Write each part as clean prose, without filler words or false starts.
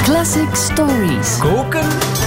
Classic Stories. Koken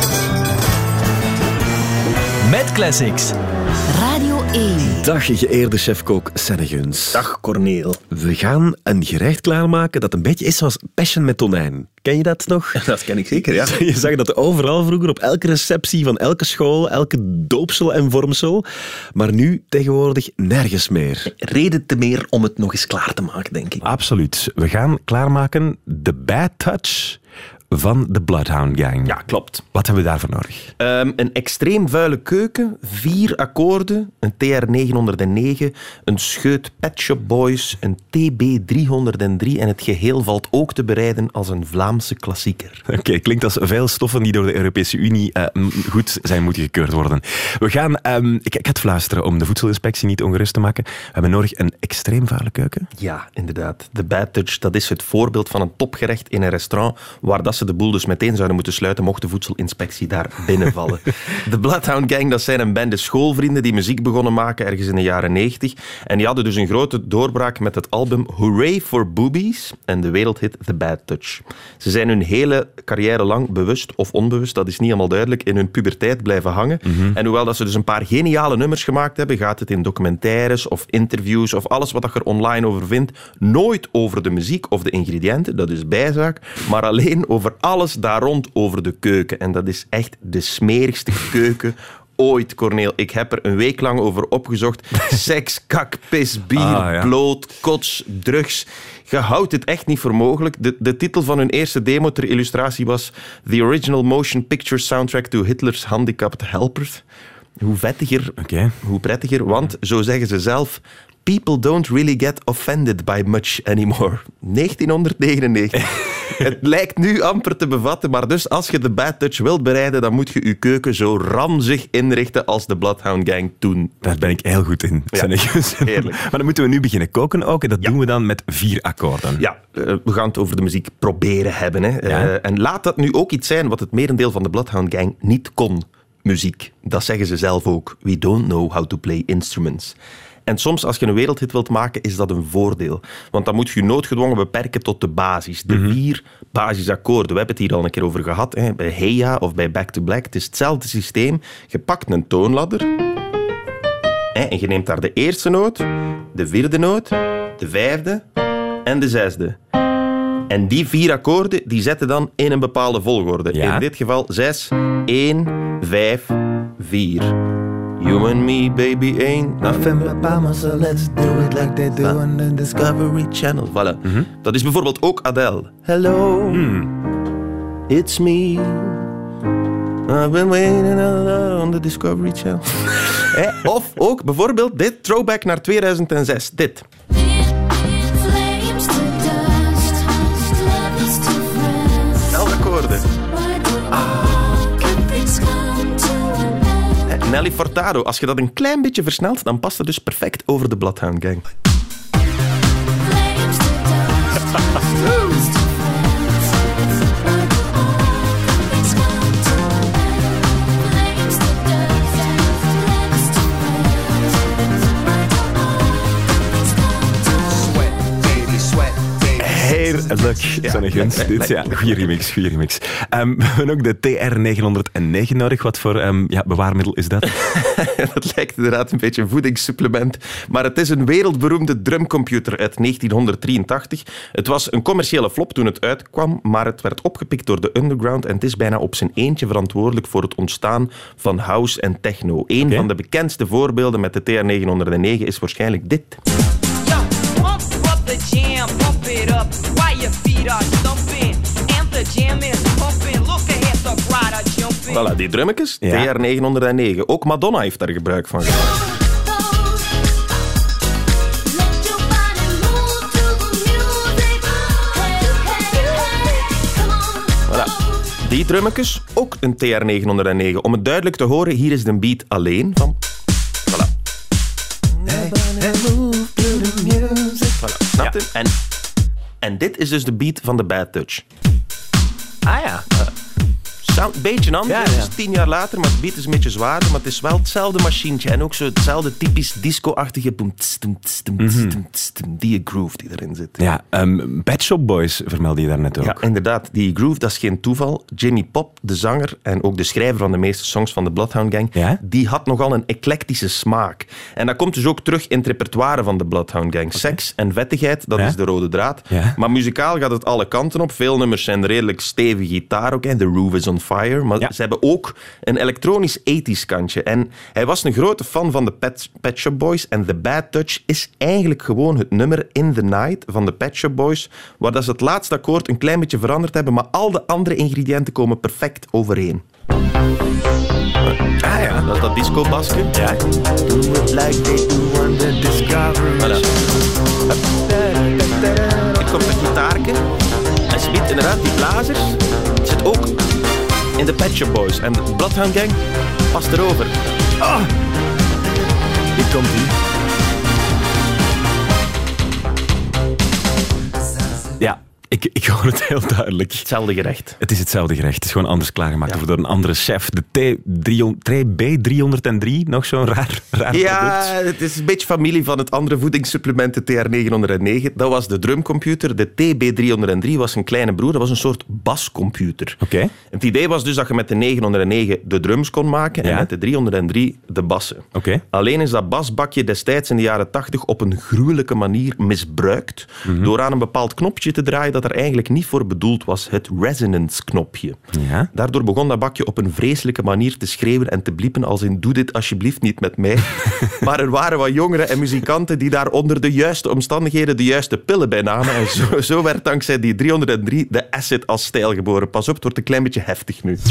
met Classics. Radio 1. Dag, geëerde chefkok Senneguns. Dag Corneel. We gaan een gerecht klaarmaken dat een beetje is zoals passion met tonijn. Ken je dat nog? Dat ken ik zeker, ja. Je zag dat overal vroeger, op elke receptie van elke school, elke doopsel en vormsel. Maar nu tegenwoordig nergens meer. Reden te meer om het nog eens klaar te maken, denk ik. Absoluut. We gaan klaarmaken de Bad Touch van de Bloodhound Gang. Ja, klopt. Wat hebben we daarvoor nodig? Een extreem vuile keuken, 4 akkoorden, een TR-909, een scheut Pet Shop Boys, een TB-303 en het geheel valt ook te bereiden als een Vlaamse klassieker. Oké, klinkt als veel stoffen die door de Europese Unie goed zijn moeten gekeurd worden. We gaan, ik ga het fluisteren om de voedselinspectie niet ongerust te maken. We hebben nodig een extreem vuile keuken. Ja, inderdaad. De Bad Touch, dat is het voorbeeld van een topgerecht in een restaurant waar dat ze de boel dus meteen zouden moeten sluiten mocht de voedselinspectie daar binnenvallen. De Bloodhound Gang, dat zijn een bende schoolvrienden die muziek begonnen maken ergens in de jaren 90. En die hadden dus een grote doorbraak met het album Hooray for Boobies en de wereldhit The Bad Touch. Ze zijn hun hele carrière lang, bewust of onbewust, dat is niet helemaal duidelijk, in hun puberteit blijven hangen. Mm-hmm. En hoewel dat ze dus een paar geniale nummers gemaakt hebben, gaat het in documentaires of interviews of alles wat je er online over vindt, nooit over de muziek of de ingrediënten, dat is bijzaak, maar alleen over alles daar rond over de keuken. En dat is echt de smerigste keuken ooit, Corneel. Ik heb er een week lang over opgezocht. Seks, kak, pis, bier, bloot, kots, drugs. Je houdt het echt niet voor mogelijk. De titel van hun eerste demo ter illustratie was The Original Motion Picture Soundtrack to Hitler's Handicapped Helpers. Hoe vettiger, hoe prettiger, want zo zeggen ze zelf... People don't really get offended by much anymore. 1999. Het lijkt nu amper te bevatten, maar dus als je de Bad Touch wilt bereiden, dan moet je je keuken zo ranzig inrichten als de Bloodhound Gang toen. Daar ben ik heel goed in. Ja, heerlijk. Maar dan moeten we nu beginnen koken ook, en dat doen we dan met 4 akkoorden. Ja, we gaan het over de muziek proberen hebben. Hè. En laat dat nu ook iets zijn wat het merendeel van de Bloodhound Gang niet kon. Muziek. Dat zeggen ze zelf ook. We don't know how to play instruments. En soms, als je een wereldhit wilt maken, is dat een voordeel. Want dan moet je noodgedwongen beperken tot de basis. De 4 basisakkoorden. We hebben het hier al een keer over gehad. Hè. Bij Hey Ya of bij Back to Black. Het is hetzelfde systeem. Je pakt een toonladder. En je neemt daar de eerste noot, de 4e noot, de 5e en de 6e. En die 4 akkoorden, die zetten dan in een bepaalde volgorde. Ja. In dit geval 6, 1, 5, 4. You and me, baby, ain't nothing but mama, so let's do it like they do on the Discovery Channel. Voilà. Mm-hmm. Dat is bijvoorbeeld ook Adele. Hello, it's me. I've been waiting on the Discovery Channel. Of ook bijvoorbeeld dit, throwback naar 2006. Dit. Elke akkoorden. Nelly Furtado, als je dat een klein beetje versnelt, dan past het dus perfect over de Bloodhound Gang. Heerlijk, Senneguns. Goeie remix. We hebben ook de TR-909 nodig. Wat voor bewaarmiddel is dat? Dat lijkt inderdaad een beetje een voedingssupplement. Maar het is een wereldberoemde drumcomputer uit 1983. Het was een commerciële flop toen het uitkwam, maar het werd opgepikt door de underground en het is bijna op zijn eentje verantwoordelijk voor het ontstaan van house en techno. Een van de bekendste voorbeelden met de TR-909 is waarschijnlijk dit. Jam, pump it up, while your feet are stumping, and the jam is pumping, look ahead, the crowd are jumping. Voilà, die drummetjes, TR-909. Ook Madonna heeft daar gebruik van gemaakt. Voilà. Die drummetjes, ook een TR-909. Om het duidelijk te horen, hier is de beat alleen van... Voilà. Snap je? Ja. En dit is dus de beat van de Bad Touch. Ah ja. sound een beetje anders. Ja, Het ja. is 10 jaar later, maar het beat is een beetje zwaarder. Maar het is wel hetzelfde machientje. En ook zo hetzelfde typisch disco-achtige boem, tss, toem, tss, toem, tss, toem, tss, toem, die groove die erin zit. Ja, Pet Shop Boys vermeldde je daarnet ook. Ja, inderdaad. Die groove, dat is geen toeval. Jimmy Pop, de zanger en ook de schrijver van de meeste songs van de Bloodhound Gang, Ja? die had nogal een eclectische smaak. En dat komt dus ook terug in het repertoire van de Bloodhound Gang. Seks en vettigheid, dat Ja? is de rode draad. Ja? Maar muzikaal gaat het alle kanten op. Veel nummers zijn redelijk stevige gitaar ook. Hè. The Roof is on Fire. Maar Ja. ze hebben ook een elektronisch ethisch kantje. En hij was een grote fan van de Pet Shop Boys. En The Bad Touch is eigenlijk gewoon het nummer In the Night van de Pet Shop Boys, waar dat ze het laatste akkoord een klein beetje veranderd hebben, maar al de andere ingrediënten komen perfect overeen. Ah ja. Dat is dat disco-basje. Ja. Do it like they do on the Discovery. Voilà. Hier komt een gitaarke. En ze biedt inderdaad die blazers. Het zit ook in de Pet Shop Boys. En de Bloodhound Gang past erover. Hier komt hij. Ja, ik hoor het heel duidelijk. Hetzelfde gerecht. Het is hetzelfde gerecht. Het is gewoon anders klaargemaakt door een andere chef. De TB303, nog zo'n raar Ja, product. het is een beetje familie van het andere voedingssupplement, de TR909. Dat was de drumcomputer. De TB303 was een kleine broer. Dat was een soort bascomputer. Oké. Het idee was dus dat je met de 909 de drums kon maken en Ja. met de 303 de bassen. Oké. Alleen is dat basbakje destijds in de jaren 80 op een gruwelijke manier misbruikt door aan een bepaald knopje te draaien dat er eigenlijk niet voor bedoeld was, het resonance-knopje. Ja. Daardoor begon dat bakje op een vreselijke manier te schreeuwen en te bliepen als in doe dit alsjeblieft niet met mij. Maar er waren wat jongeren en muzikanten die daar onder de juiste omstandigheden de juiste pillen bij namen. En zo werd dankzij die 303 de acid als stijl geboren. Pas op, het wordt een klein beetje heftig nu.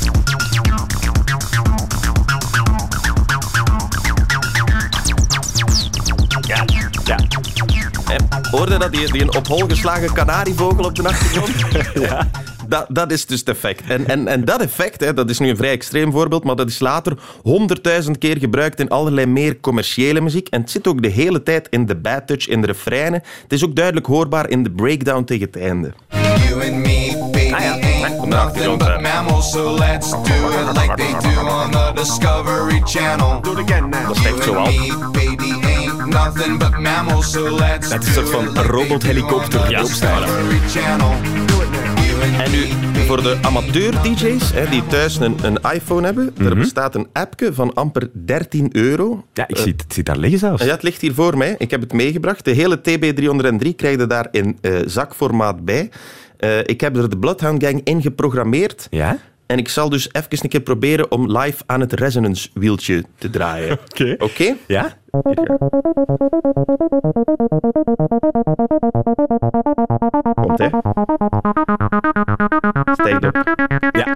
Ja. Hoorde dat die een op hol geslagen kanarievogel op de achtergrond? Ja. Dat is dus het effect. En dat effect, hè, dat is nu een vrij extreem voorbeeld, maar dat is later 100.000 keer gebruikt in allerlei meer commerciële muziek. En het zit ook de hele tijd in de bad touch, in de refreinen. Het is ook duidelijk hoorbaar in de breakdown tegen het einde. You and me, baby, ain't nothing but mammals, so let's do it like they do on the Discovery Channel. Dat is echt zo You al. and me, baby, ain't nothing but mammals, so let's Dat is een soort van robothelikopter. Ja, Discovery Channel. En nu, voor de amateur-dj's die thuis een iPhone hebben, er bestaat een appje van amper €13. Ja, ik zie het zit daar liggen zelfs. Ja, het ligt hier voor mij. Ik heb het meegebracht. De hele TB303 krijg je daar in zakformaat bij. Ik heb er de Bloodhound Gang in geprogrammeerd. Ja? En ik zal dus even een keer proberen om live aan het resonance-wieltje te draaien. Oké. Oké? Ja? Komt, hè. Stijgt op. Ja.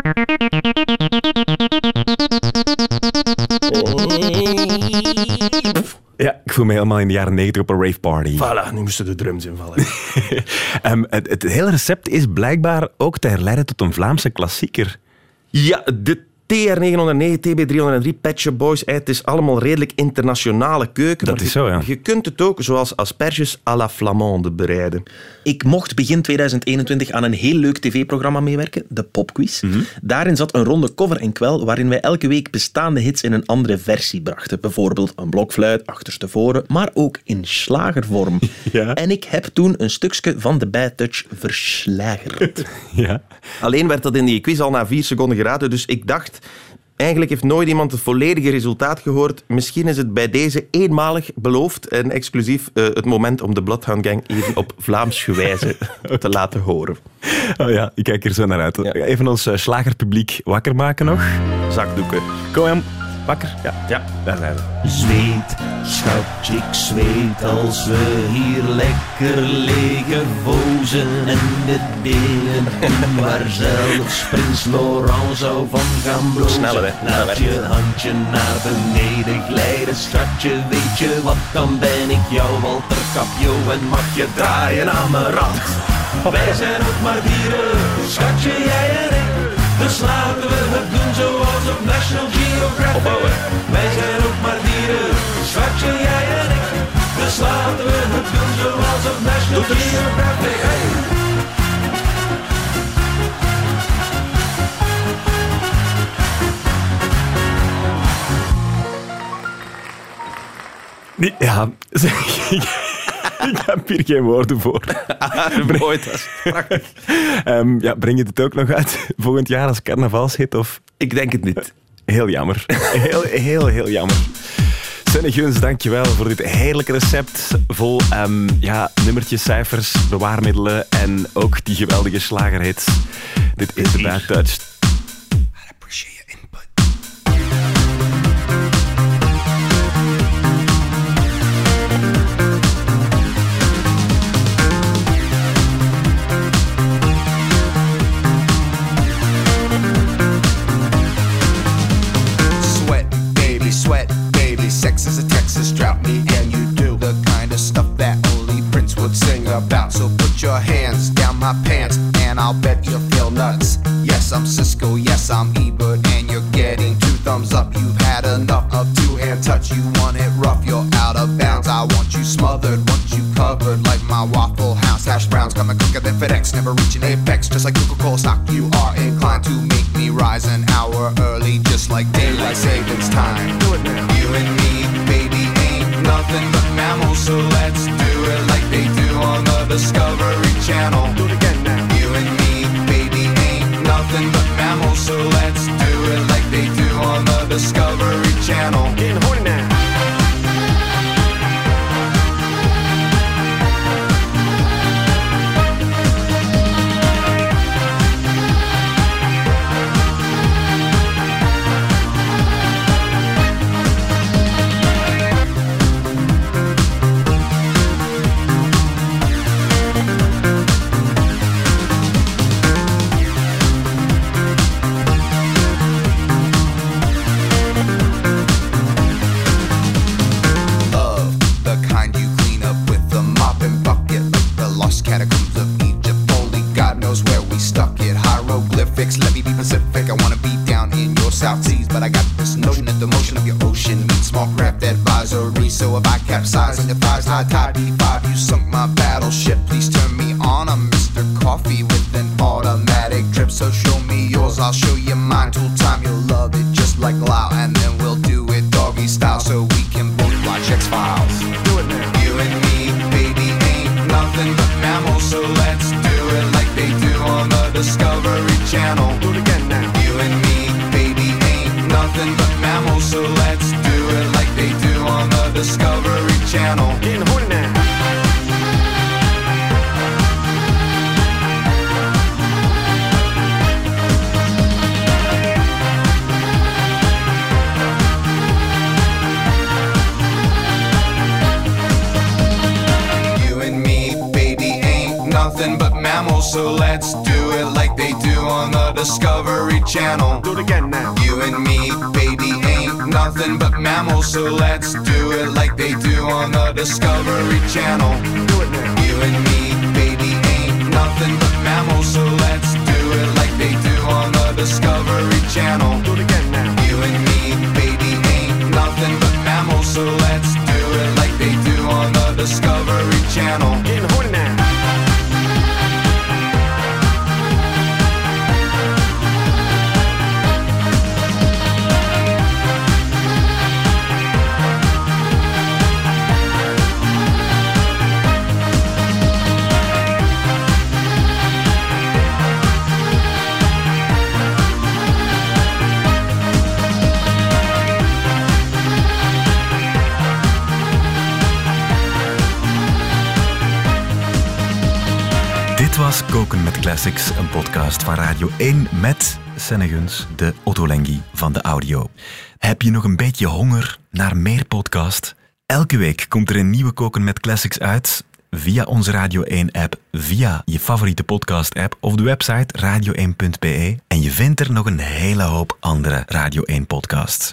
Ja, ik voel me helemaal in de jaren 90 op een rave party. Voilà, nu moesten de drums invallen. Het hele recept is blijkbaar ook te herleiden tot een Vlaamse klassieker. Ja, de TR909, TB303, Pet Shop Boys, het is allemaal redelijk internationale keuken. Dat maar is zo, ja. Je kunt het ook zoals asperges à la Flamande bereiden. Ik mocht begin 2021 aan een heel leuk tv-programma meewerken, de Popquiz. Daarin zat een ronde cover en kwel waarin wij elke week bestaande hits in een andere versie brachten. Bijvoorbeeld een blokfluit, achterstevoren, maar ook in slagervorm. Ja. En ik heb toen een stukje van de Bad Touch verslagerd. Ja. Alleen werd dat in die quiz al na 4 seconden geraden, dus ik dacht... Eigenlijk heeft nooit iemand het volledige resultaat gehoord. Misschien is het bij deze eenmalig beloofd en exclusief het moment om de Bloodhound Gang even op Vlaams gewijze te laten horen. Oh ja, ik kijk er zo naar uit. Ja. Even ons slagerpubliek wakker maken nog. Zakdoeken. Kom hem, wakker. Ja, Ja. daar zijn we. Zweet, schatje, ik zweet als we hier lekker liggen vozen en de dingen doen waar zelfs Prins Laurent zou van gaan blozen. Sneller, hè. Laat je handje naar beneden glijden, schatje, weet je wat, dan ben ik jouw Walter Capio en mag je draaien aan mijn rand. Wij zijn ook maar dieren, schatje, jij en ik. Dus laten we het doen zoals op National Geographic. Opbouwen. Wij zijn ook maar dieren, schatje, jij en ik. Dus laten we het doen zoals op National Geographic. Hey. Nee, ja, ik heb hier geen woorden voor. Mooi, dat is prachtig. Breng je het ook nog uit volgend jaar als carnavalshit? Of? Ik denk het niet. Heel jammer. Heel jammer. Senne Geuns, dankjewel voor dit heerlijke recept vol nummertjes, cijfers, bewaarmiddelen en ook die geweldige slagerhits. Dit is de Bad Touch. I'd appreciate your input. Sweat, baby, sex is a Texas drought. Me and you do the kind of stuff that only Prince would sing about. So put your hands down my pants and I'll bet you'll feel nuts. Yes, I'm Cisco, yes, I'm Ebert, and you're getting 2 thumbs up. You've had enough of 2-hand touch. You want it rough, you're out of bounds. I want you smothered, want you covered like my Waffle House hash browns. Coming quicker than FedEx, never reaching apex. Just like Coca-Cola stock, you are inclined to make me rise an hour early, just like daylight savings time. Do it now. You and me, baby, ain't nothing but mammals, so let's do it like they do on the Discovery Channel. Do it again now. You and me, baby, ain't nothing but mammals, so let's do it like they do on the Discovery Channel. Getting horny now. Let me be Pacific, I wanna be down in your South Seas. But I got this notion that the motion of your ocean means small craft advisory. So if I capsize on your thighs, high tide B5, you sunk my battleship. Please turn me on, I'm Mr. Coffee with an automatic drip. So show me yours, I'll show you mine. Tool time, you'll love it just like Lau. And then we'll do it doggy style so we can both watch X-Files. Do it now. You and me, baby, ain't nothing but mammals, so let's do it like they do on the Discovery Channel. Do it again now. You and me, baby, ain't nothing but mammals, so let's do it like they do on the Discovery Channel. Getting horny now. Nothing but mammals, so let's do it like they do on the Discovery Channel. Do it again now. You and me, baby, ain't nothing but mammals, so let's do it like they do on the Discovery Channel. Do it now. You and me, baby, ain't nothing but mammals, so let's do it like they do on the Discovery Channel. Do it again now. You and me, baby, ain't nothing but mammals, so let's do it like they do on the Discovery Channel. Getting horny now. Dit was Koken met Classics, een podcast van Radio 1 met Senne Geuns, de Ottolenghi van de audio. Heb je nog een beetje honger naar meer podcast? Elke week komt er een nieuwe Koken met Classics uit via onze Radio 1-app, via je favoriete podcast-app of de website radio1.be. En je vindt er nog een hele hoop andere Radio 1-podcasts.